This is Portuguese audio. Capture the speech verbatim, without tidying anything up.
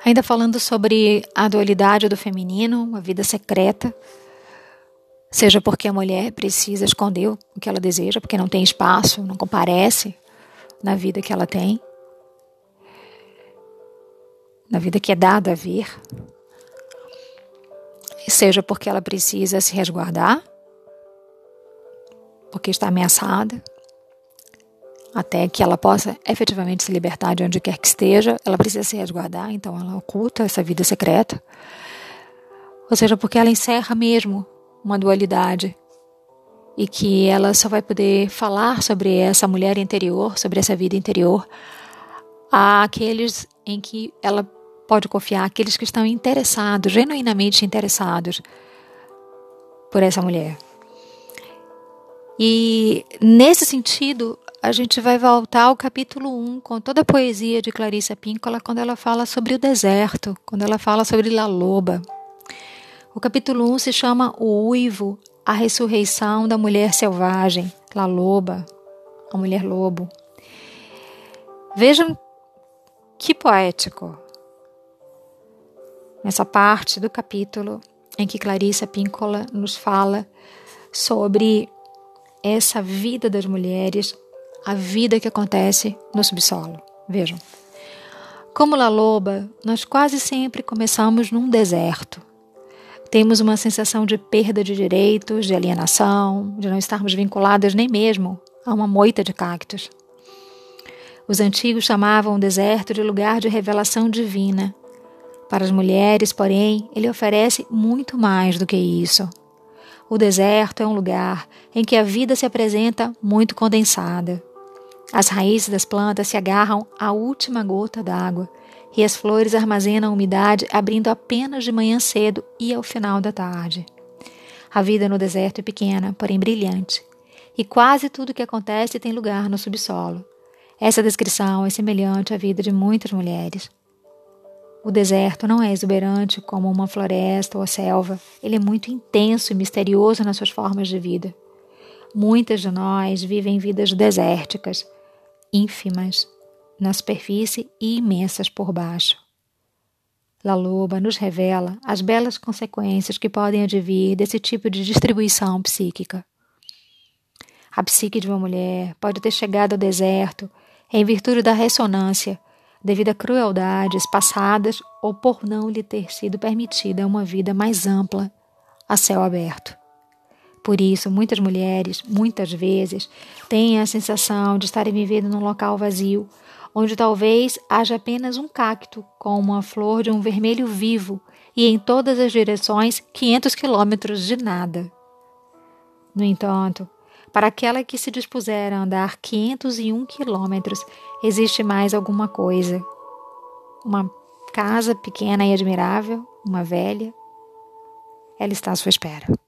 Ainda falando sobre a dualidade do feminino, uma vida secreta, seja porque a mulher precisa esconder o que ela deseja, porque não tem espaço, não comparece na vida que ela tem, na vida que é dada a ver, seja porque ela precisa se resguardar, porque está ameaçada, até que ela possa efetivamente se libertar de onde quer que esteja, ela precisa se resguardar, então ela oculta essa vida secreta. Ou seja, porque ela encerra mesmo uma dualidade e que ela só vai poder falar sobre essa mulher interior, sobre essa vida interior, àqueles em que ela pode confiar, aqueles que estão interessados, genuinamente interessados por essa mulher. E nesse sentido, a gente vai voltar ao capítulo um, com toda a poesia de Clarissa Pinkola, quando ela fala sobre o deserto, quando ela fala sobre La Loba. O capítulo um se chama O Uivo, a ressurreição da mulher selvagem, La Loba, a mulher lobo. Vejam que poético nessa parte do capítulo em que Clarissa Pinkola nos fala sobre essa vida das mulheres, a vida que acontece no subsolo. Vejam. Como La Loba, nós quase sempre começamos num deserto. Temos uma sensação de perda de direitos, de alienação, de não estarmos vinculadas nem mesmo a uma moita de cactos. Os antigos chamavam o deserto de lugar de revelação divina. Para as mulheres, porém, ele oferece muito mais do que isso. O deserto é um lugar em que a vida se apresenta muito condensada. As raízes das plantas se agarram à última gota d'água e as flores armazenam a umidade abrindo apenas de manhã cedo e ao final da tarde. A vida no deserto é pequena, porém brilhante, e quase tudo que acontece tem lugar no subsolo. Essa descrição é semelhante à vida de muitas mulheres. O deserto não é exuberante como uma floresta ou a selva. Ele é muito intenso e misterioso nas suas formas de vida. Muitas de nós vivem vidas desérticas, ínfimas na superfície e imensas por baixo. La Loba nos revela as belas consequências que podem advir desse tipo de distribuição psíquica. A psique de uma mulher pode ter chegado ao deserto em virtude da ressonância, devido a crueldades passadas ou por não lhe ter sido permitida uma vida mais ampla a céu aberto. Por isso, muitas mulheres, muitas vezes, têm a sensação de estarem vivendo num local vazio, onde talvez haja apenas um cacto com uma flor de um vermelho vivo e em todas as direções quinhentos quilômetros de nada. No entanto, para aquela que se dispuser a andar quinhentos e um quilômetros, existe mais alguma coisa. Uma casa pequena e admirável, uma velha, ela está à sua espera.